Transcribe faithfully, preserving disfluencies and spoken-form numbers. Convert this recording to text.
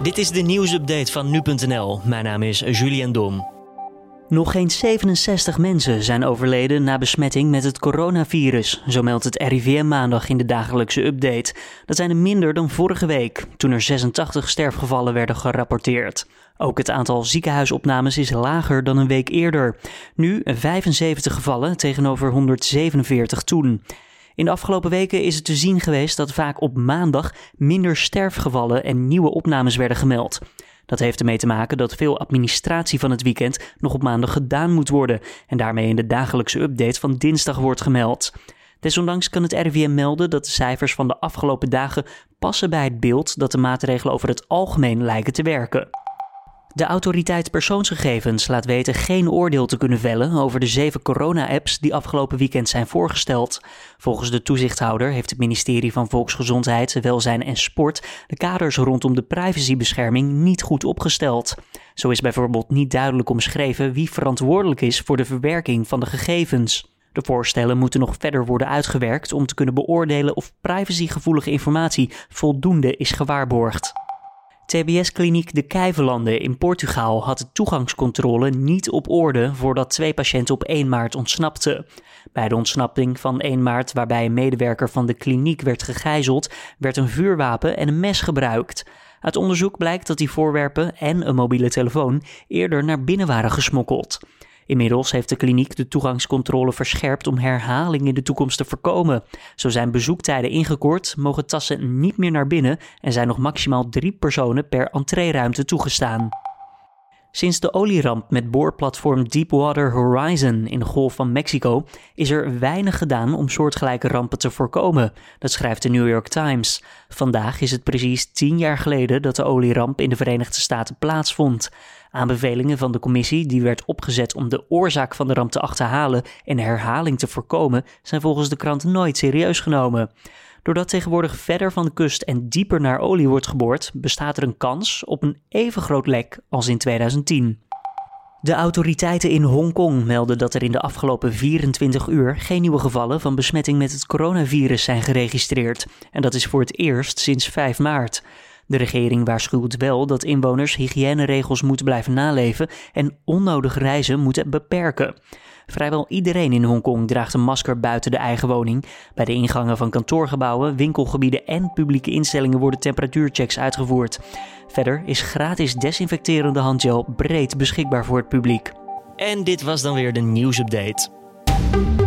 Dit is de nieuwsupdate van nu punt n l. Mijn naam is Julian Dom. Nog geen zevenenzestig mensen zijn overleden na besmetting met het coronavirus, zo meldt het R I V M maandag in de dagelijkse update. Dat zijn er minder dan vorige week, toen er zesentachtig sterfgevallen werden gerapporteerd. Ook het aantal ziekenhuisopnames is lager dan een week eerder. Nu vijfenzeventig gevallen tegenover honderdzevenenveertig toen. In de afgelopen weken is het te zien geweest dat vaak op maandag minder sterfgevallen en nieuwe opnames werden gemeld. Dat heeft ermee te maken dat veel administratie van het weekend nog op maandag gedaan moet worden en daarmee in de dagelijkse update van dinsdag wordt gemeld. Desondanks kan het R I V M melden dat de cijfers van de afgelopen dagen passen bij het beeld dat de maatregelen over het algemeen lijken te werken. De autoriteit persoonsgegevens laat weten geen oordeel te kunnen vellen over de zeven corona-apps die afgelopen weekend zijn voorgesteld. Volgens de toezichthouder heeft het ministerie van Volksgezondheid, Welzijn en Sport de kaders rondom de privacybescherming niet goed opgesteld. Zo is bijvoorbeeld niet duidelijk omschreven wie verantwoordelijk is voor de verwerking van de gegevens. De voorstellen moeten nog verder worden uitgewerkt om te kunnen beoordelen of privacygevoelige informatie voldoende is gewaarborgd. T B S-kliniek De Kijvelanden in Portugal had de toegangscontrole niet op orde voordat twee patiënten op één maart ontsnapten. Bij de ontsnapping van één maart, waarbij een medewerker van de kliniek werd gegijzeld, werd een vuurwapen en een mes gebruikt. Uit onderzoek blijkt dat die voorwerpen en een mobiele telefoon eerder naar binnen waren gesmokkeld. Inmiddels heeft de kliniek de toegangscontrole verscherpt om herhaling in de toekomst te voorkomen. Zo zijn bezoektijden ingekort, mogen tassen niet meer naar binnen en zijn nog maximaal drie personen per entreeruimte toegestaan. Sinds de olieramp met boorplatform Deepwater Horizon in de Golf van Mexico is er weinig gedaan om soortgelijke rampen te voorkomen. Dat schrijft de New York Times. Vandaag is het precies tien jaar geleden dat de olieramp in de Verenigde Staten plaatsvond. Aanbevelingen van de commissie die werd opgezet om de oorzaak van de ramp te achterhalen en herhaling te voorkomen zijn volgens de krant nooit serieus genomen. Doordat tegenwoordig verder van de kust en dieper naar olie wordt geboord, bestaat er een kans op een even groot lek als in tweeduizend tien. De autoriteiten in Hongkong melden dat er in de afgelopen vierentwintig uur geen nieuwe gevallen van besmetting met het coronavirus zijn geregistreerd. En dat is voor het eerst sinds vijf maart. De regering waarschuwt wel dat inwoners hygiëneregels moeten blijven naleven en onnodig reizen moeten beperken. Vrijwel iedereen in Hongkong draagt een masker buiten de eigen woning. Bij de ingangen van kantoorgebouwen, winkelgebieden en publieke instellingen worden temperatuurchecks uitgevoerd. Verder is gratis desinfecterende handgel breed beschikbaar voor het publiek. En dit was dan weer de nieuwsupdate.